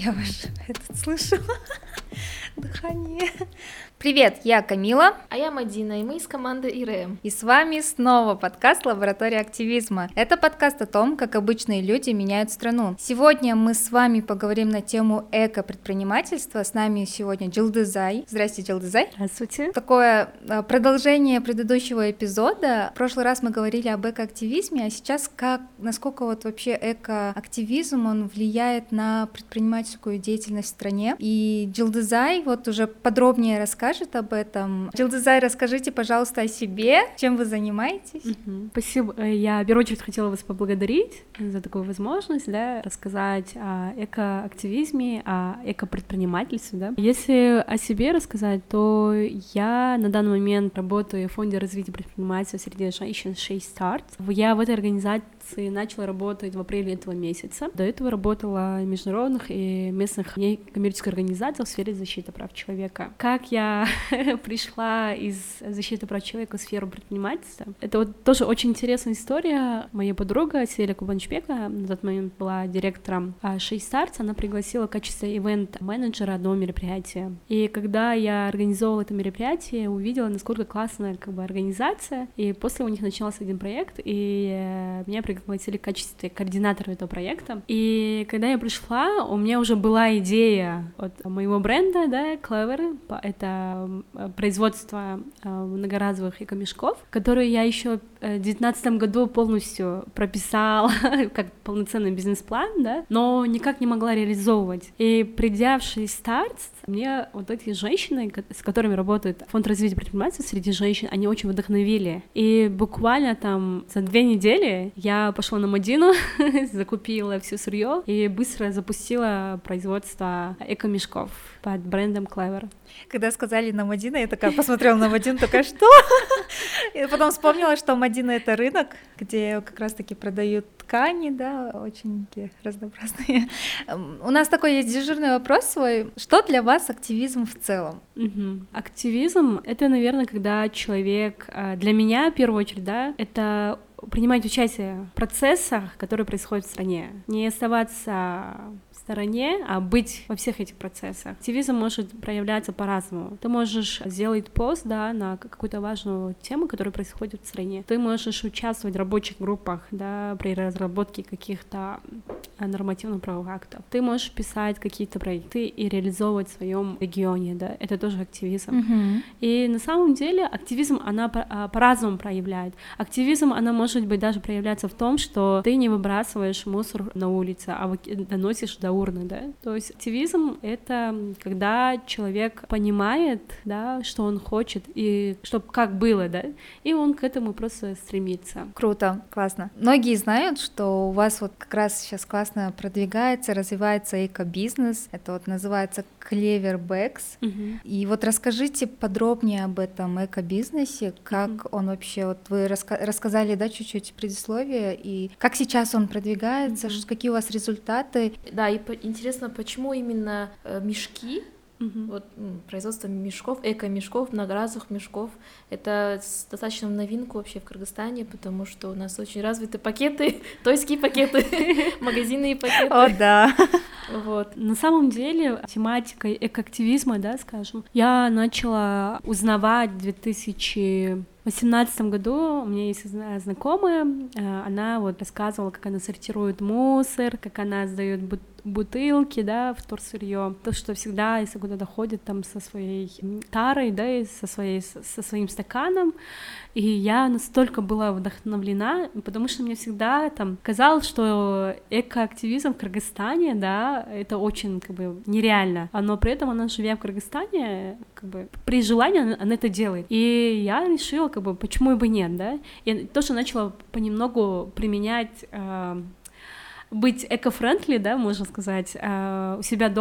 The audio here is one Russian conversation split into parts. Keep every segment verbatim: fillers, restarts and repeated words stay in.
Я ваш этот слышу дыхание. Привет, я Камила. А я Мадина, и мы из команды ИРЭМ. И с вами снова подкаст «Лаборатория активизма». Это подкаст о том, как обычные люди меняют страну. Сегодня мы с вами поговорим на тему эко-предпринимательства. С нами сегодня Джилдызай. Здрасте, Джилдызай. Здравствуйте. Такое продолжение предыдущего эпизода. В прошлый раз мы говорили об экоактивизме, а сейчас как, насколько вот вообще экоактивизм, он влияет на предпринимательскую деятельность в стране. И Джилдызай вот уже подробнее расскажет об этом. Джилдызай, расскажите, пожалуйста, о себе, чем вы занимаетесь. Угу. Спасибо. Я, в первую очередь, хотела вас поблагодарить за такую возможность, да, рассказать о экоактивизме, о экопредпринимательстве, да. Если о себе рассказать, то я на данный момент работаю в фонде развития предпринимательства среди женщин шесть старт. Я в этой организации начала работать в апреле этого месяца. До этого работала в международных и местных некоммерческих организациях в сфере защиты прав человека. Как я пришла из защиты прав человека в сферу предпринимательства? Это вот тоже очень интересная история. Моя подруга Селия Кубаншбека, на тот момент была директором шесть старт, она пригласила в качестве ивент-менеджера одного мероприятия. И когда я организовывала это мероприятие, я увидела, насколько классная как бы организация, и после у них начался один проект, и меня пригласили в качестве координатора этого проекта. И когда я пришла, у меня уже была идея от моего бренда, да, Clever, это производство многоразовых эко-мешков, которые я еще в две тысячи девятнадцатом году полностью прописала как полноценный бизнес-план, да, но никак не могла реализовывать. И придя в шесть старт, мне вот эти женщины, с которыми работает фонд развития предпринимательства среди женщин, они очень вдохновили. И буквально там за две недели я пошла на Мадину, закупила все сырье и быстро запустила производство эко-мешков под брендом Clever. Когда сказали на Мадина, я такая посмотрела на Мадину, такая, что? И потом вспомнила, что Мадина — это рынок, где как раз-таки продают ткани, да, очень такие разнообразные. У нас такой есть дежурный вопрос свой. Что для вас активизм в целом? Угу. Активизм — это, наверное, когда человек, для меня, в первую очередь, да, это принимать участие в процессах, которые происходят в стране. Не оставаться в стороне, а быть во всех этих процессах. Активизм может проявляться по-разному. Ты можешь сделать пост, да, на какую-то важную тему, которая происходит в стране. Ты можешь участвовать в рабочих группах, да, при разработке каких-то нормативных правовых актов. Ты можешь писать какие-то проекты и реализовывать в своем регионе, да, это тоже активизм. Mm-hmm. И на самом деле активизм, она по- по-разному проявляет. Активизм, она может быть даже проявляться в том, что ты не выбрасываешь мусор на улице, а доносишь до урны, да. То есть активизм — это когда человек понимает, да, что он хочет и чтобы как было, да, и он к этому просто стремится. Круто, классно. Многие знают, что у вас вот как раз сейчас классно продвигается, развивается эко-бизнес. Это вот называется Clever Bags. Uh-huh. И вот расскажите подробнее об этом эко-бизнесе, как uh-huh. он вообще, вот вы раска- рассказали, да, чуть-чуть предисловие, и как сейчас он продвигается, uh-huh. какие у вас результаты. Да, и по- интересно, почему именно э, мешки, uh-huh. вот м, производство мешков, эко-мешков, многоразовых мешков, это достаточно в новинку вообще в Кыргызстане, потому что у нас очень развиты пакеты, тойские пакеты, магазинные пакеты. О, да. Вот. На самом деле тематика экоактивизма, да, скажем, я начала узнавать в две тысячи восемнадцатом году. У меня есть знакомая, она вот рассказывала, как она сортирует мусор, как она сдает бутылки, да, вторсырье, то, что всегда, если куда-то ходит там со своей тарой, да, и со, своей, со своим стаканом, и я настолько была вдохновлена, потому что мне всегда там казалось, что экоактивизм в Кыргызстане, да, это очень как бы нереально, но при этом она, живя в Кыргызстане, как бы при желании она, она это делает, и я решила, как бы, почему бы нет, да, и тоже начала понемногу применять э, быть эко-френдли, да, можно сказать, э, у себя дома,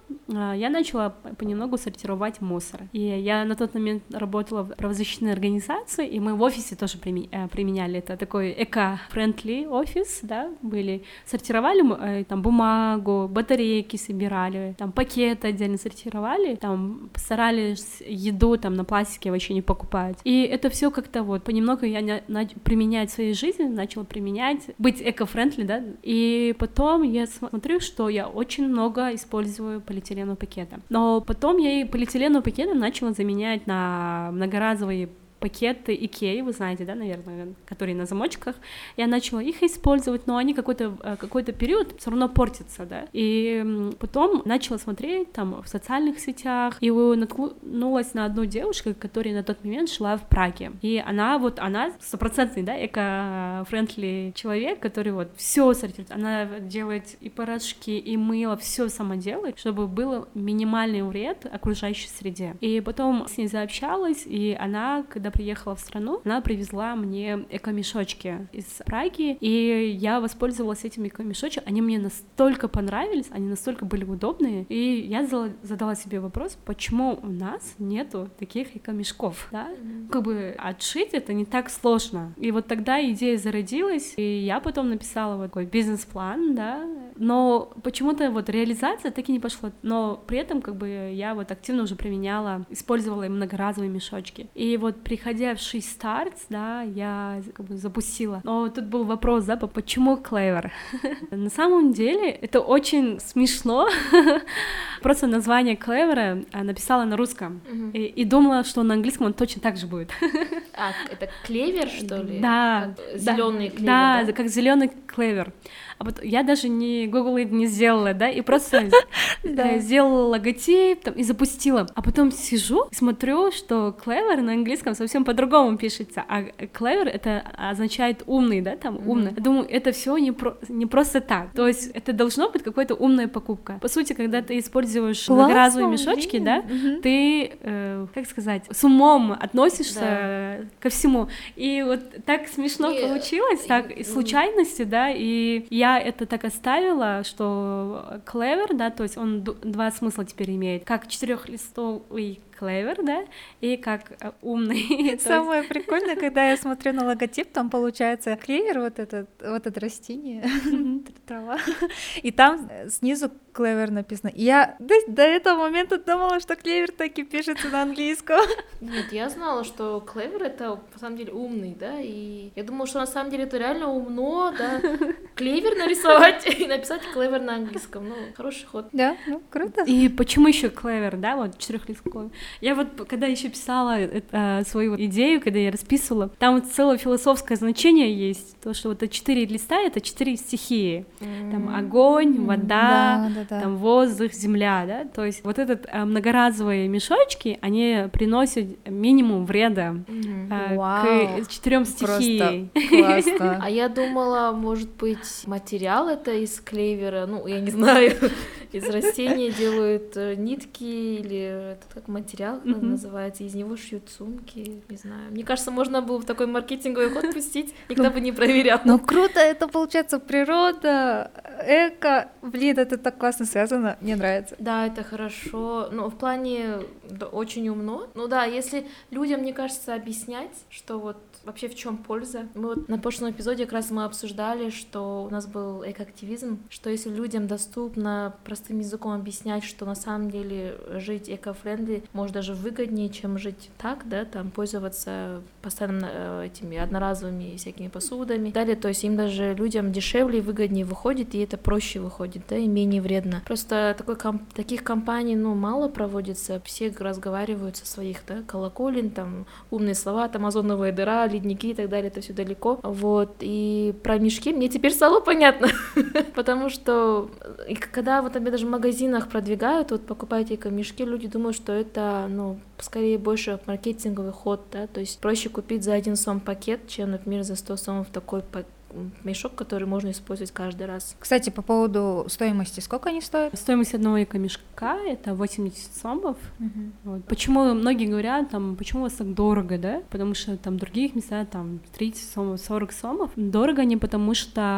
я начала понемногу сортировать мусор. И я на тот момент работала в правозащитной организации, и мы в офисе тоже применяли это, такой эко-френдли офис, да, были, сортировали там бумагу, батарейки собирали, там пакеты отдельно сортировали, там старались еду там на пластике вообще не покупать. И это все как-то вот понемногу я на- применять в своей жизни, начала применять, быть эко-френдли, да, и потом я смотрю, что я очень много использую полиэтиленовые пакеты. Но потом я и полиэтиленовые пакеты начала заменять на многоразовые пакеты Икеи, вы знаете, да, наверное, которые на замочках. Я начала их использовать, но они какой-то, какой-то период все равно портятся, да. И потом начала смотреть там в социальных сетях, и наткнулась на одну девушку, которая на тот момент шла в Праге. И она вот, она стопроцентный, да, эко-френдли человек, который вот все сортирует. Она делает и порошки, и мыло, все сама делает, чтобы был минимальный вред окружающей среде. И потом с ней заобщалась, и она, когда приехала в страну, она привезла мне эко-мешочки из Праги, и я воспользовалась этими эко-мешочками, они мне настолько понравились, они настолько были удобные, и я задала себе вопрос, почему у нас нету таких эко-мешков, да? Mm-hmm. Как бы отшить это не так сложно. И вот тогда идея зародилась, и я потом написала вот такой бизнес-план, да, но почему-то вот реализация так и не пошла, но при этом как бы я вот активно уже применяла, использовала многоразовые мешочки. И вот при приходя в She Starts, да, я как бы запустила. Но тут был вопрос, да, почему Clever? На самом деле это очень смешно. Просто название Clever написала на русском и, и думала, что на английском он точно так же будет. А, это клевер, что ли? Да. Зеленый клевер. Да, да, как зеленый клевер. А вот я даже не Google не сделала, да, и просто сделала логотип там, и запустила. А потом сижу и смотрю, что clever на английском совсем по-другому пишется, а clever это означает умный, да, там умный. Я думаю, это все не, про... не просто так. То есть это должно быть какая-то умная покупка. По сути, когда ты используешь многоразовые мешочки, да, угу. ты, э, как сказать, с умом относишься да. ко всему. И вот так смешно и... получилось, так и случайности, да, и я Я это так оставила, что clever, да, то есть он д- два смысла теперь имеет, как четырехлистовый clever, да, и как э, умный. Самое прикольное, когда я смотрю на логотип, там получается клевер, вот этот, вот это растение, трава, и там снизу клевер написано. И я до, до этого момента думала, что клевер так и пишется на английском. Нет, я знала, что клевер это на самом деле умный, да, и я думала, что на самом деле это реально умно, да, клевер нарисовать и написать клевер на английском, ну, хороший ход. Да, ну, круто. И почему еще клевер, да, вот четырехлистковый? Я вот, когда еще писала это, свою идею, когда я расписывала, там вот целое философское значение есть, то, что вот это четыре листа, это четыре стихии, mm-hmm. там огонь, вода, да, да, да. там воздух, земля, да, то есть вот этот а, многоразовые мешочки, они приносят минимум вреда mm-hmm. а, wow. к четырем стихиям. Классно. А я думала, может быть, материал это из клевера, ну, я не знаю, из растения делают нитки или это как материал, как mm-hmm. называется, из него шьют сумки, не знаю. Мне кажется, можно было в такой маркетинговый ход пустить, никто бы не проверял. Ну круто, это получается природа, эко, блин, это так классно связано, мне нравится. Да, это хорошо, но в плане да, очень умно. Ну да, если людям, мне кажется, объяснять, что вот вообще в чем польза. Мы вот на прошлом эпизоде как раз мы обсуждали, что у нас был экоактивизм, что если людям доступно простым языком объяснять, что на самом деле жить эко-френдли может даже выгоднее, чем жить так, да, там пользоваться постоянно этими одноразовыми всякими посудами. Далее, то есть им даже людям дешевле и выгоднее выходит, и это проще выходит, да, и менее вредно. Просто такой комп- таких компаний, ну, мало проводится, все разговаривают со своих, да, колоколен, там, умные слова, там, озоновая дыра, ледники и так далее, это все далеко. Вот, и про мешки мне теперь стало понятно, потому что и когда вот они даже в магазинах продвигают, вот покупаете эко-мешки, люди думают, что это, ну, скорее больше маркетинговый ход, да, то есть проще купить за один сом пакет, чем, например, за сто сомов такой мешок, который можно использовать каждый раз. Кстати, по поводу стоимости, сколько они стоят? Стоимость одного эко-мешка — это восемьдесят сомов. Uh-huh. Вот. Почему многие говорят, там, почему у вас так дорого, да? Потому что там в других местах там тридцать сомов, сорок сомов. Дорого не потому,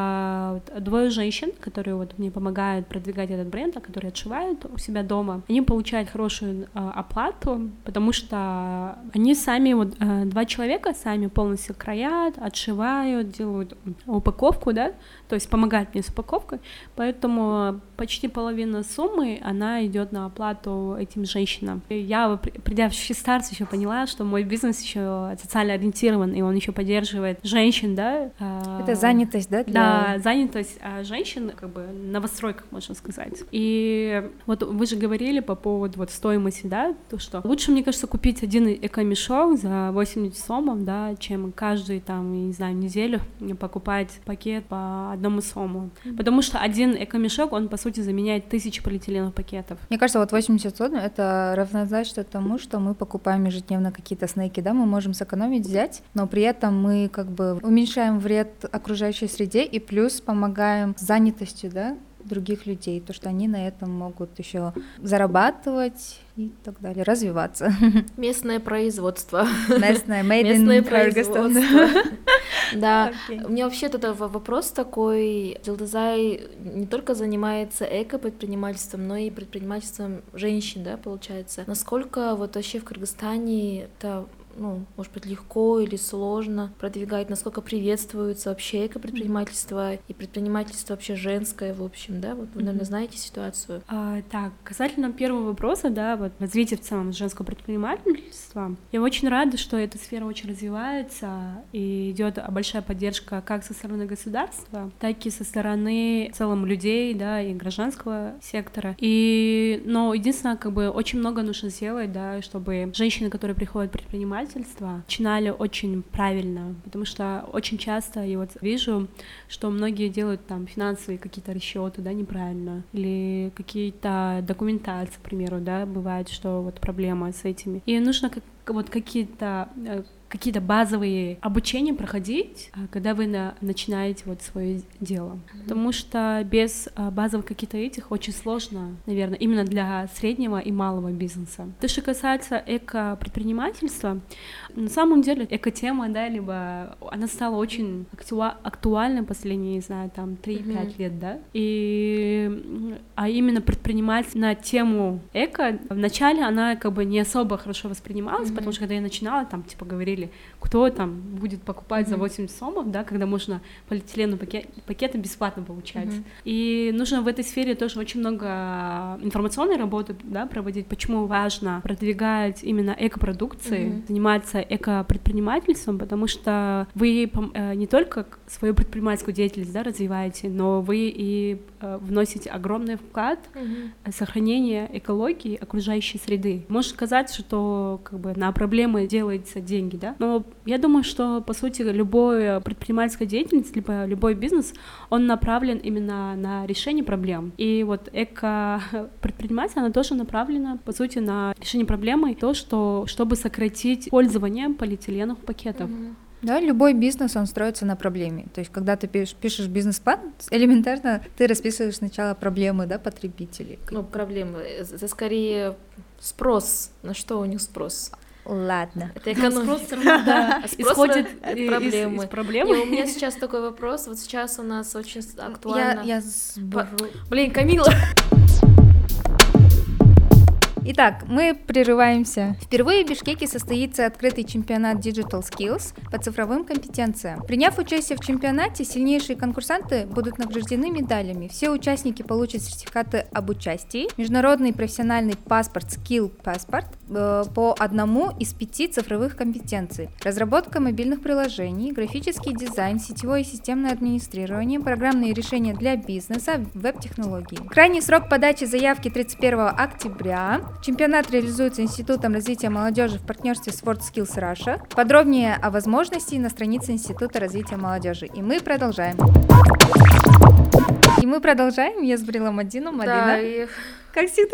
что двое женщин, которые вот мне помогают продвигать этот бренд, а которые отшивают у себя дома, они получают хорошую э, оплату, потому что они сами, вот э, два человека сами полностью краят, отшивают, делают упаковку, да, то есть помогают мне с упаковкой, поэтому почти половина суммы, она идет на оплату этим женщинам. И я, придя в She-Starts, еще поняла, что мой бизнес еще социально ориентирован, и он еще поддерживает женщин, да. Это занятость, да? Для... Да, занятость женщин, как бы в новостройках, можно сказать. И вот вы же говорили по поводу вот стоимости, да, то, что лучше, мне кажется, купить один эко-мешок за восемьдесят сомов, да, чем каждый, там, не знаю, неделю покупать пакет по одному сому. Mm-hmm. Потому что один эко-мешок, он, по сути, заменяет тысячи полиэтиленовых пакетов. Мне кажется, вот восемьдесят сом — это равнозначно тому, что мы покупаем ежедневно какие-то снеки, да, мы можем сэкономить, взять, но при этом мы как бы уменьшаем вред окружающей среде и плюс помогаем занятостью, да, других людей, то, что они на этом могут еще зарабатывать и так далее, развиваться. Местное производство. Местное, made in Kyrgyzstan. Да, у меня вообще тогда вопрос такой. Дилдазай не только занимается эко-предпринимательством, но и предпринимательством женщин, да, получается. Насколько вот вообще в Кыргызстане это, ну, может быть, легко или сложно продвигать, насколько приветствуется вообще эко-предпринимательство и предпринимательство вообще женское, в общем, да, вот вы, наверное, знаете ситуацию. А, так, касательно первого вопроса, да, вот развитие в целом женского предпринимательства, я очень рада, что эта сфера очень развивается и идет большая поддержка как со стороны государства, так и со стороны в целом людей, да, и гражданского сектора. И, но единственное, как бы очень много нужно сделать, да, чтобы женщины, которые приходят в предпринимательство, начинали очень правильно, потому что очень часто я вот вижу, что многие делают там финансовые какие-то расчеты, да, неправильно, или какие-то документации, к примеру, да, бывает, что вот проблема с этими. И нужно как, вот какие-то какие-то базовые обучения проходить, когда вы на, начинаете вот свое дело. Mm-hmm. Потому что без а, базовых каких-то этих очень сложно, наверное, именно для среднего и малого бизнеса. То, что касается эко-предпринимательства, на самом деле эко-тема, да, либо она стала очень актуа- актуальной последние, не знаю, там, три-пять mm-hmm. лет, да, и, а именно предпринимать на тему эко, вначале она как бы не особо хорошо воспринималась, mm-hmm. потому что когда я начинала, там, типа, говорили, кто там будет покупать mm-hmm. за восемьдесят сомов, да, когда можно полиэтиленовые пакет, пакеты бесплатно получать. Mm-hmm. И нужно в этой сфере тоже очень много информационной работы, да, проводить, почему важно продвигать именно экопродукции, mm-hmm. заниматься экопредпринимательством, потому что вы э, не только свою предпринимательскую деятельность, да, развиваете, но вы и э, вносите огромный вклад mm-hmm. в сохранение экологии, окружающей среды. Может казаться, что как бы на проблемы делаются деньги, да, но я думаю, что, по сути, любая предпринимательская деятельность, либо любой бизнес, он направлен именно на решение проблем. И вот эко-предпринимательство, она тоже направлена, по сути, на решение проблемы, то, что, чтобы сократить пользование полиэтиленовых пакетов. Mm-hmm. Да, любой бизнес, он строится на проблеме. То есть, когда ты пишешь, пишешь бизнес-план, элементарно ты расписываешь сначала проблемы, да, потребителей. Ну, проблемы. Это скорее спрос. На что у них спрос? Ладно. Это экономика. Спрос, да, исходит из проблемы. Из, из проблемы. Не, у меня сейчас такой вопрос. Вот сейчас у нас очень актуально. Я, я сбору... Блин, Камила! Итак, мы прерываемся. Впервые в Бишкеке состоится открытый чемпионат Digital Skills по цифровым компетенциям. Приняв участие в чемпионате, сильнейшие конкурсанты будут награждены медалями. Все участники получат сертификаты об участии, международный профессиональный паспорт Skill Passport э, по одному из пяти цифровых компетенций: разработка мобильных приложений, графический дизайн, сетевое и системное администрирование, программные решения для бизнеса, веб-технологии. Крайний срок подачи заявки тридцать первого октября. Чемпионат реализуется Институтом развития молодежи в партнерстве с WorldSkills Russia. Подробнее о возможности на странице Института развития молодежи. И мы продолжаем. И мы продолжаем. Я с Брилом Мадину. Мадина. Да, и Как всегда.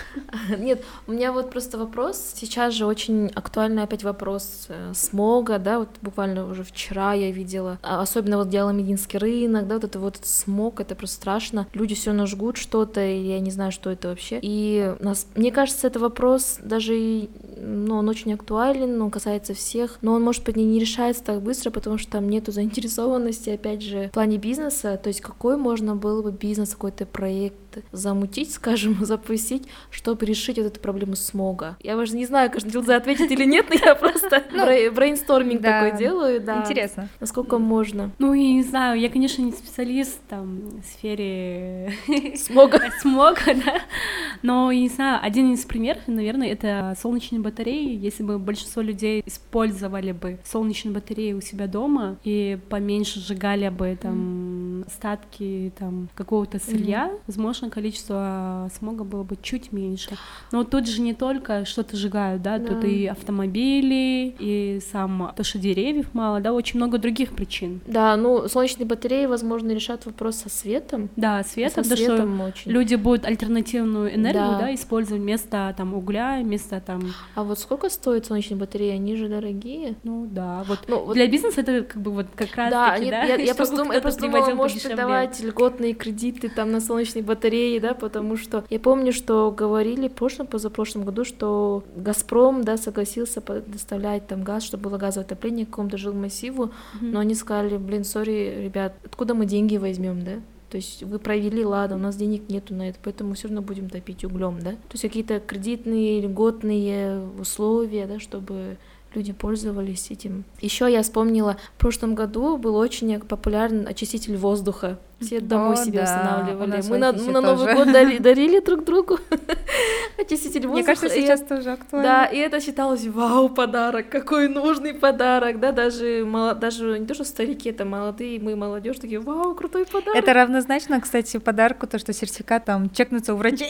Нет, у меня вот просто вопрос. Сейчас же очень актуальный опять вопрос смога, да, вот буквально уже вчера я видела, особенно вот Диаломединский рынок, да, вот это вот смог, это просто страшно. Люди все равно жгут что-то, и я не знаю, что это вообще. И нас, мне кажется, это вопрос даже, ну, он очень актуален, он касается всех, но он, может быть, не решается так быстро, потому что там нету заинтересованности, опять же, в плане бизнеса, то есть какой можно было бы бизнес, какой-то проект замутить, скажем, запустить, чтобы решить вот эту проблему смога. Я даже не знаю, конечно, Дилза ответит или нет, но я просто брейнсторминг такой делаю, да. Интересно. Насколько можно. Ну, я не знаю, я, конечно, не специалист там в сфере смога, смога, да, но, я не знаю, один из примеров, наверное, это солнечные батареи. Если бы большинство людей использовали бы солнечные батареи у себя дома и поменьше сжигали бы там остатки там какого-то сырья, mm-hmm. возможно, количество смога было бы чуть меньше. Но тут же не только что-то сжигают, да, да. Тут и автомобили, и сам то, что деревьев мало, да, очень много других причин. Да, ну, солнечные батареи, возможно, решат вопрос со светом. Да, светом, со да, светом что очень. Люди будут альтернативную энергию, да. да, использовать вместо там угля, вместо там... А вот сколько стоят солнечные батареи? Они же дорогие. Ну, да, вот, ну, вот... для бизнеса это как бы вот как раз да, таки, нет, да, я, я просто, дум, я просто думала, может давать льготные кредиты там на солнечные батареи, да, потому что я помню, что говорили в прошлом, позапрошлом году, что Газпром, да, согласился доставлять там газ, чтобы было газовое отопление к какому-то жилмассиву, mm-hmm. но они сказали, блин, сори, ребят, откуда мы деньги возьмем, да? То есть вы провели, ладно, у нас денег нету на это, поэтому все равно будем топить углем, да? То есть какие-то кредитные, льготные условия, да, чтобы люди пользовались этим. Еще я вспомнила, в прошлом году был очень популярен очиститель воздуха. Все домой О, себе да. устанавливали. Мы на, мы на Новый тоже. год дарили, дарили друг другу очиститель воздуха. Мне кажется, сейчас и, тоже актуально. Да, и это считалось, вау, подарок, какой нужный подарок, да, даже, даже не то, что старики, это молодые, мы молодежь такие, вау, крутой подарок. Это равнозначно, кстати, подарку, то, что сертификат там чекнется у врачей.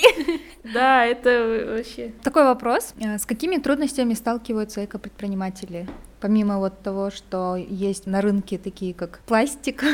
Да, это вообще. Такой вопрос. С какими трудностями сталкиваются экопредприниматели? Помимо вот того, что есть на рынке такие, как пластик.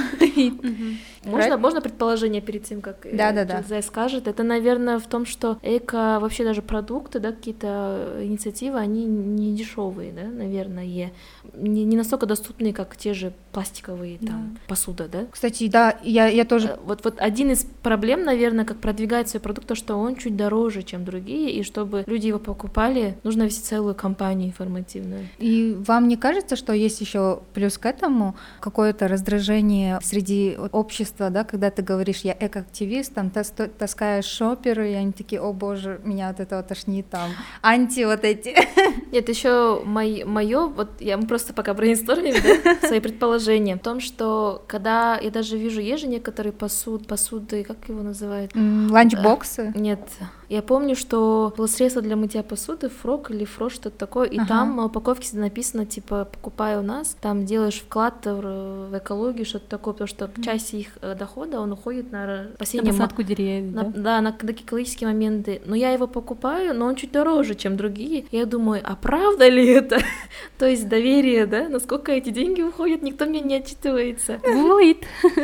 Можно, можно предположение перед тем, как Дилза скажет? Это, наверное, в том, что эко, вообще даже продукты, да, какие-то инициативы, они не дешевые, да, наверное, не, не настолько доступные, как те же пластиковые там да. посуда, да? Кстати, да, я, я тоже... Вот, вот один из проблем, наверное, как продвигать свой продукт, то, что он чуть дороже, чем другие, и чтобы люди его покупали, нужно вести целую кампанию информативную. И вам не кажется, что есть еще плюс к этому какое-то раздражение среди общества, да, когда ты говоришь, я экоактивист, там таскаешь шоперы, и они такие, о боже, меня от этого тошнит, там, анти вот эти. Нет, еще мое, вот я мы просто пока брейнстормим, да, свои предположения в том, что когда я даже вижу, есть же некоторые посуд, посуды, как его называют? Ланчбоксы? Нет. Я помню, что было средство для мытья посуды, фрок или фрош, что-то такое, и ага. там на упаковке написано, типа, покупай у нас, там делаешь вклад в экологию, что-то такое, потому что mm. часть их дохода, он уходит на спасение... На посадку деревьев, на, да? Да, на такие экологические моменты. Но я его покупаю, но он чуть дороже, чем другие. Я думаю, а правда ли это? То есть доверие, да? Насколько эти деньги уходят, никто мне не отчитывается. Будет.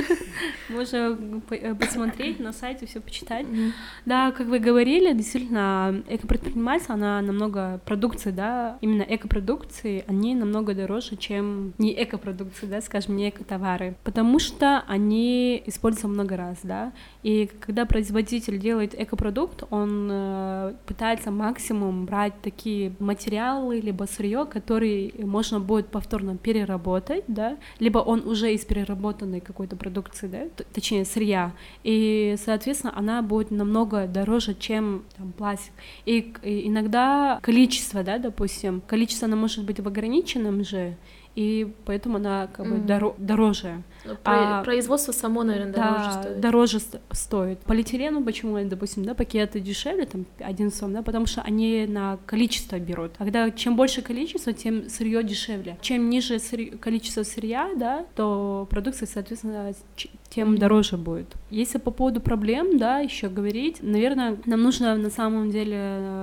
Можно посмотреть на сайте, все почитать. Да, как вы говорили, действительно, экопредпринимательство, она намного, продукции, да, именно экопродукции, они намного дороже, чем не экопродукции, да, скажем, не экотовары, потому что они используются много раз, да, и когда производитель делает экопродукт, он э, пытается максимум брать такие материалы, либо сырье, которые можно будет повторно переработать, да, либо он уже из переработанной какой-то продукции, да, точнее, сырья, и, соответственно, она будет намного дороже, чем там, пластик. И, и иногда количество, да, допустим, количество, оно может быть в ограниченном же, и поэтому она как бы mm. доро- дороже. А, производство само, наверное, дороже да, стоит. дороже стоит. Полиэтилену, почему, допустим, да, пакеты дешевле, там, один сом, да, потому что они на количество берут. А когда чем больше количество, тем сырье дешевле. Чем ниже сырьё, количество сырья, да, то продукция, соответственно, тем mm. дороже будет. Если по поводу проблем, да, еще говорить, наверное, нам нужно на самом деле,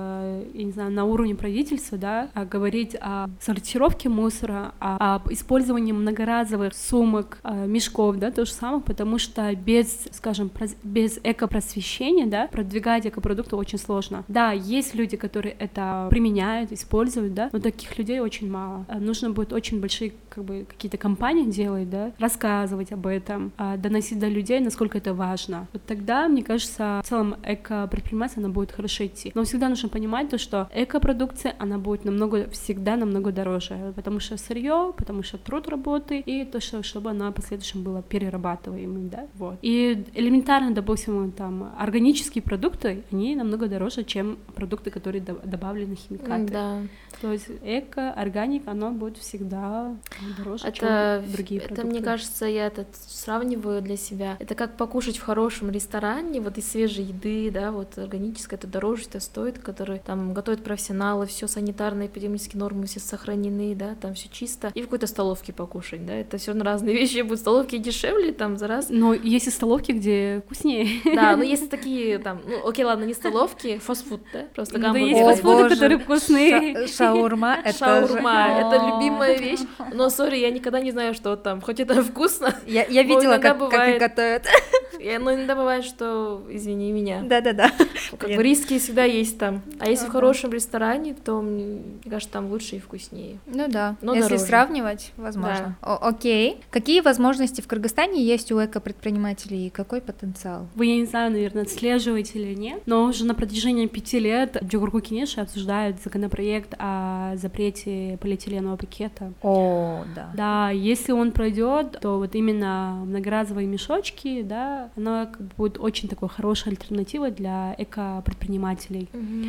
я не знаю, на уровне правительства, да, говорить о сортировке мусора, о, об использовании многоразовых сумок, мешков, да, то же самое, потому что без, скажем, без экопросвещения, да, продвигать экопродукты очень сложно. Да, есть люди, которые это применяют, используют, да, но таких людей очень мало. Нужно будет очень большие, как бы, какие-то компании делать, да, рассказывать об этом, доносить до людей, насколько это важно. Вот тогда, мне кажется, в целом эко-предпринимательство, она будет хорошо идти. Но всегда нужно понимать то, что экопродукция, она будет намного, всегда намного дороже, потому что сырье, потому что труд работы, и то, что, чтобы она в последующем была перерабатываемой, да, вот. И элементарно, допустим, там, органические продукты, они намного дороже, чем продукты, которые добавлены химикаты. Да. То есть эко, органик, оно будет всегда дороже, это, чем другие это, продукты. Мне кажется, я это сравниваю для себя. Это как покушать в хорошем ресторане, вот из свежей еды, да, вот органическое, это дороже, это стоит, который там готовят профессионалы, все санитарные, эпидемические нормы все сохранены, да, там все чисто. И в какой-то столовке покушать, да, это все разные вещи, будут столовки дешевле, там, за раз. Но есть и столовки, где вкуснее. Да, но есть такие, там, ну, окей, ладно, не столовки, фастфуд, да, просто гамбургер. Да, есть фастфуды, которые вкусные. Шаурма, это Шаурма, это любимая вещь, но, сори, я никогда не знаю, что там, хоть это вкусно. Я, я видела, как, как их готовят. Я, но иногда бывает, что, извини меня. Да-да-да. Как бы риски всегда есть там. А если ага. в хорошем ресторане, то, мне кажется, там лучше и вкуснее. Ну да, но если дороже. Сравнивать, возможно. Да. О- окей. Какие возможности в Кыргызстане есть у эко-предпринимателей и какой потенциал? Вы, я не знаю, наверное, отслеживаете или нет, но уже на протяжении пяти лет в Джугурку Кенеше обсуждают законопроект о запрете полиэтиленового пакета. О, да. Да, если он пройдет, то вот именно многоразовые мешочки, да, оно будет очень такой хорошей альтернативой для эко-предпринимателей. Mm-hmm.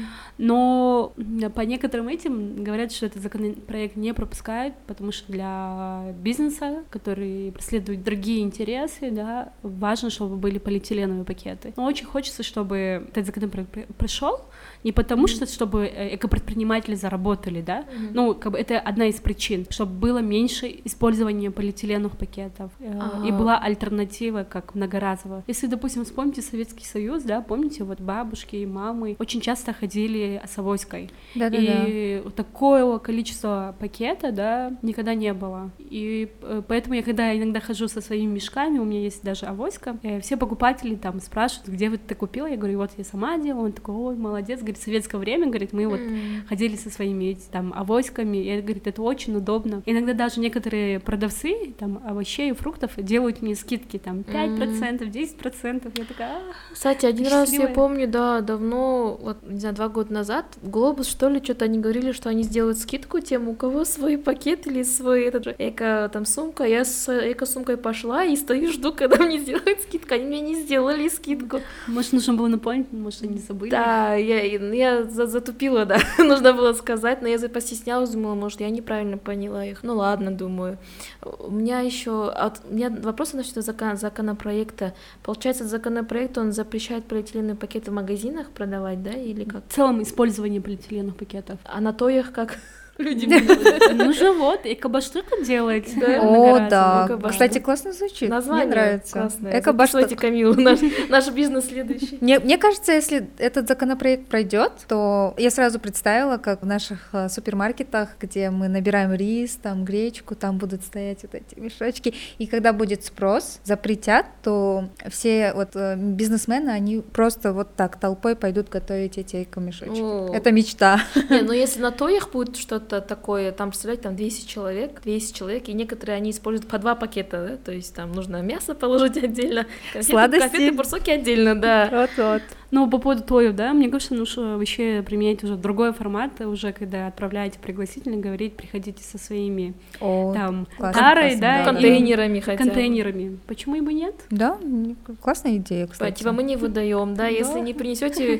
Но по некоторым этим говорят, что этот законопроект не пропускают, потому что для бизнеса, который преследует другие интересы, да, важно, чтобы были полиэтиленовые пакеты. Но очень хочется, чтобы этот законопроект пришел, не потому mm-hmm. что, чтобы экопредприниматели заработали, да, mm-hmm. ну, как бы это одна из причин, чтобы было меньше использования полиэтиленовых пакетов, uh-huh. и была альтернатива, как многоразовая. Если, допустим, вспомните Советский Союз, да, помните, вот бабушки и мамы очень часто ходили с авоськой, да-да-да. И такого количества пакета, да, никогда не было. И поэтому я, когда иногда хожу со своими мешками, у меня есть даже авоська, все покупатели там спрашивают, где вы это купила, я говорю, вот я сама делала, он такой, ой, молодец, говорит, в советское время, говорит, мы вот mm. ходили со своими там авоськами, и, говорит, это очень удобно. Иногда даже некоторые продавцы там овощей и фруктов делают мне скидки, там, пять процентов, десять процентов, я такая, ах, кстати, один раз я помню, да, давно, вот, не знаю, два года назад, Глобус, что ли, что-то они говорили, что они сделают скидку тем, у кого свой пакет или свой этот же эко, там, сумка, я с эко-сумкой пошла и стою, жду, когда мне сделают скидку, они мне не сделали скидку. Может, нужно было напомнить, может, они забыли. Да, я, я затупила, да, нужно было сказать, но я постеснялась, думала, может, я неправильно поняла их. Ну ладно, думаю. У меня еще, от, у меня вопросы насчет закон, законопроекта. Получается, законопроект, он запрещает полиэтиленовые пакеты в магазинах продавать, да, или как? В целом использование полиэтиленовых пакетов. А на то их как? Люди ну же вот, эко-баштука делать. О, да. Кстати, классно звучит. Название мне нравится. Классное. Эко-баштука. Камилу, наш, наш бизнес следующий. Мне, мне кажется, если этот законопроект пройдет, то я сразу представила, как в наших uh, супермаркетах, где мы набираем рис, там гречку, там будут стоять вот эти мешочки, и когда будет спрос, запретят, то все вот uh, бизнесмены, они просто вот так толпой пойдут готовить эти эко-мешочки. О. Это мечта. Не, ну если на то их будет что-то такое, там, представляете, там двести человек, двести человек, и некоторые они используют по два пакета, да, то есть там нужно мясо положить отдельно, конфеты, сладости, конфеты, бурсоки отдельно, да. Вот-вот. Ну, по поводу тоев, да, мне кажется, нужно вообще применять уже другой формат, уже когда отправляете пригласительные, говорить, приходите со своими О, там классно, тарой, классно, да, да, контейнерами хотя бы. Контейнерами. Почему бы нет? Да, классная идея, кстати. Типа мы не выдаем, да, если не принесете,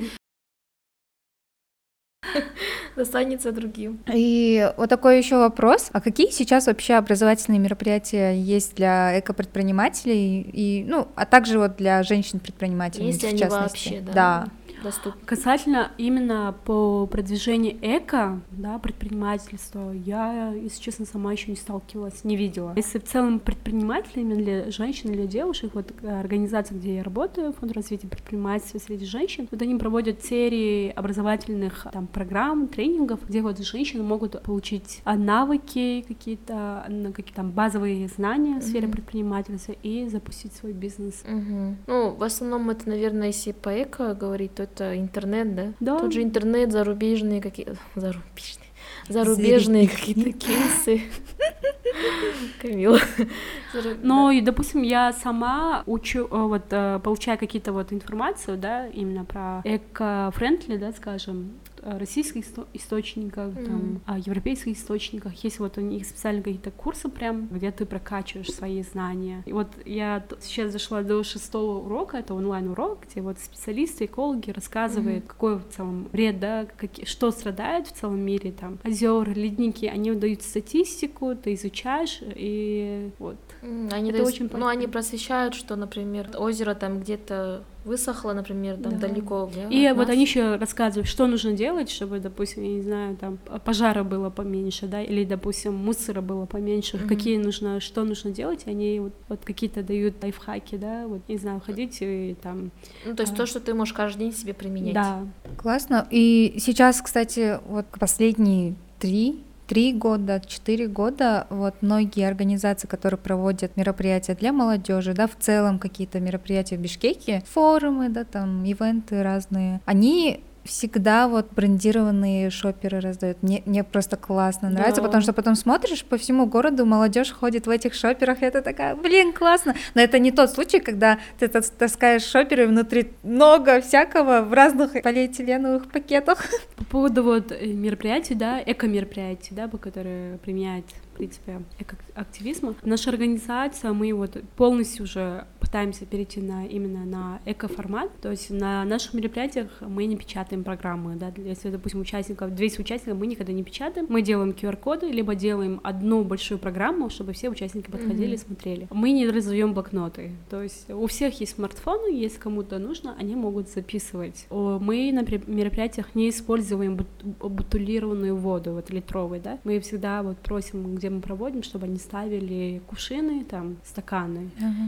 достанется другим. И вот такой еще вопрос. А какие сейчас вообще образовательные мероприятия есть для экопредпринимателей, и, ну, а также вот для женщин-предпринимателей? Есть в они частности? вообще, да? Да. доступно. Касательно именно по продвижению эко, да, предпринимательства, я, если честно, сама еще не сталкивалась, не видела. Если в целом предпринимателями для женщин или девушек, вот организация, где я работаю, фонд развития предпринимательства среди женщин, вот они проводят серии образовательных там программ, тренингов, где вот женщины могут получить навыки какие-то, какие-то там базовые знания в сфере mm-hmm. предпринимательства и запустить свой бизнес. Mm-hmm. Ну, в основном это, наверное, если по эко говорить, то это интернет, да? Да. Тот же интернет, зарубежные какие-то... Зарубежные. Зарубежные какие-то кейсы. Камила. Ну, и, допустим, я сама учу, вот, получаю какие-то вот информацию, да, именно про эко-френдли, да, скажем, российских источниках, mm. там, европейских источниках. Есть вот у них специально какие-то курсы прям, где ты прокачиваешь свои знания. И вот я сейчас дошла до шестого урока, это онлайн-урок, где вот специалисты, экологи рассказывают, mm. какой в целом вред, да, какие, что страдает в целом мире, там, озера, ледники, они дают статистику, ты изучаешь, и вот. Mm, они это дают, очень ну, они просвещают, что, например, озеро там где-то высохло, например, там да. далеко. Да, и вот нас. Они еще рассказывают, что нужно делать, чтобы, допустим, я не знаю, там пожара было поменьше, да, или, допустим, мусора было поменьше, mm-hmm. какие нужно, что нужно делать, и они вот, вот какие-то дают лайфхаки, да, вот, не знаю, ходить и там... Ну, то есть а... то, что ты можешь каждый день себе применять. Да. Классно. И сейчас, кстати, вот последние три Три года, четыре года, вот многие организации, которые проводят мероприятия для молодежи, да, в целом какие-то мероприятия в Бишкеке, форумы, да, там, ивенты разные, они всегда вот брендированные шоперы раздают. Мне, мне просто классно нравится, да. Потому что потом смотришь, по всему городу молодежь ходит в этих шоперах, и это такая, блин, классно. Но это не тот случай, когда ты таскаешь шоперы, внутри много всякого в разных полиэтиленовых пакетах. По поводу вот мероприятий, да, эко-мероприятий, да, которые применяют, в принципе, эко-активизма. Наша организация, мы вот полностью уже пытаемся перейти на, именно на эко-формат, то есть на наших мероприятиях мы не печатаем программы, да, если, допустим, участников, двести участников мы никогда не печатаем, мы делаем ку ар коды, либо делаем одну большую программу, чтобы все участники подходили mm-hmm. и смотрели. Мы не раздаем блокноты, то есть у всех есть смартфоны, если кому-то нужно, они могут записывать. Мы на мероприятиях не используем бутилированную воду, вот литровую, да, мы всегда вот просим, где мы проводим, чтобы они ставили кувшины, там, стаканы. Uh-huh.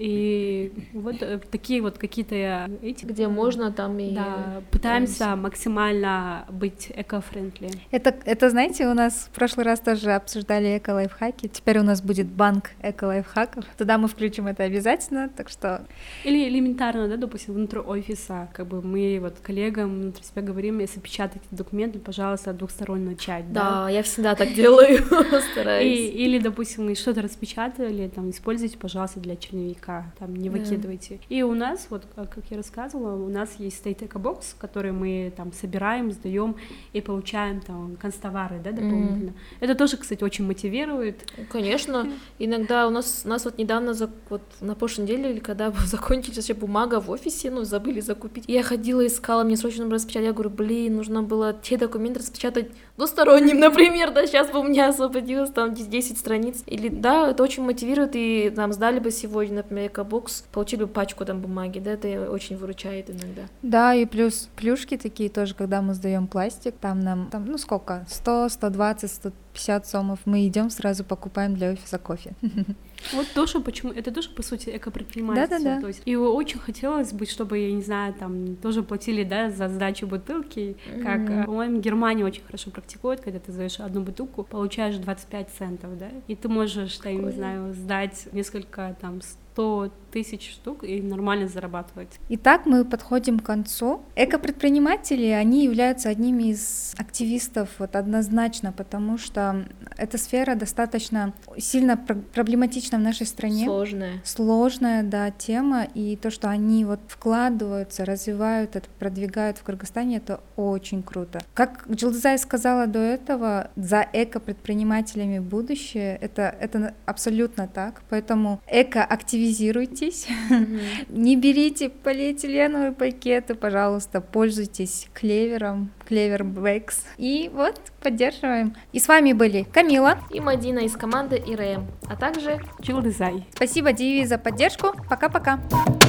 И вот такие вот какие-то эти... Где можно, там и... Да, пытаемся максимально быть эко-френдли. Это, это, знаете, у нас в прошлый раз тоже обсуждали эко-лайфхаки. Теперь у нас будет банк эко-лайфхаков. Туда мы включим это обязательно, так что... Или элементарно, да, допустим, внутри офиса, как бы мы вот коллегам внутри себя говорим, если печатать документы, пожалуйста, двухсторонний чат, да? Да, я всегда так делаю, стараюсь. Или, допустим, мы что-то распечатали, там, используйте, пожалуйста, для черновика. Там не выкидывайте. Yeah. И у нас, вот как я рассказывала, у нас есть State Eco Box, который мы там собираем, сдаем и получаем там констовары, да, дополнительно. Mm. Это тоже, кстати, очень мотивирует. Конечно. Иногда у нас, у нас вот недавно, вот на прошлой неделе, или когда закончилась вообще бумага в офисе, ну, забыли закупить. Я ходила, искала, мне срочно нужно распечатать. Я говорю, блин, нужно было те документы распечатать двусторонним, например, да, сейчас бы у меня освободилось там десять страниц. Или, да, это очень мотивирует, и нам сдали бы сегодня, например, Экобокс, получили бы пачку там бумаги, да, это очень выручает иногда. Да, и плюс плюшки такие тоже, когда мы сдаем пластик, там нам, там, ну сколько, сто, сто двадцать, сто пятьдесят сомов, мы идем сразу покупаем для офиса кофе. Вот тоже почему, это тоже, по сути, эко-предпринимательство. Да-да-да. То есть, и очень хотелось бы, чтобы, я не знаю, там, тоже платили, да, за сдачу бутылки, mm-hmm. как, по-моему, Германия очень хорошо практикует, когда ты сдаешь одну бутылку, получаешь двадцать пять центов, да, и ты можешь, я не знаю, сдать несколько, там, сто тысяч штук и нормально зарабатывать. Итак, мы подходим к концу. Эко-предприниматели, они являются одними из активистов, вот однозначно, потому что эта сфера достаточно сильно пр- проблематична в нашей стране. Сложная. Сложная, да, тема, и то, что они вот вкладываются, развивают это, продвигают в Кыргызстане, это очень круто. Как Джилдызай сказала до этого, за эко-предпринимателями будущее, это, это абсолютно так, поэтому эко-активизируйтесь, mm-hmm. не берите полиэтиленовые пакеты, пожалуйста, пользуйтесь клевером, клевер бэкс, и вот, поддерживаем. И с вами были Камила и Мадина из команды ИРЭМ, а также Джилдызай. Спасибо, Диви, за поддержку. Пока-пока.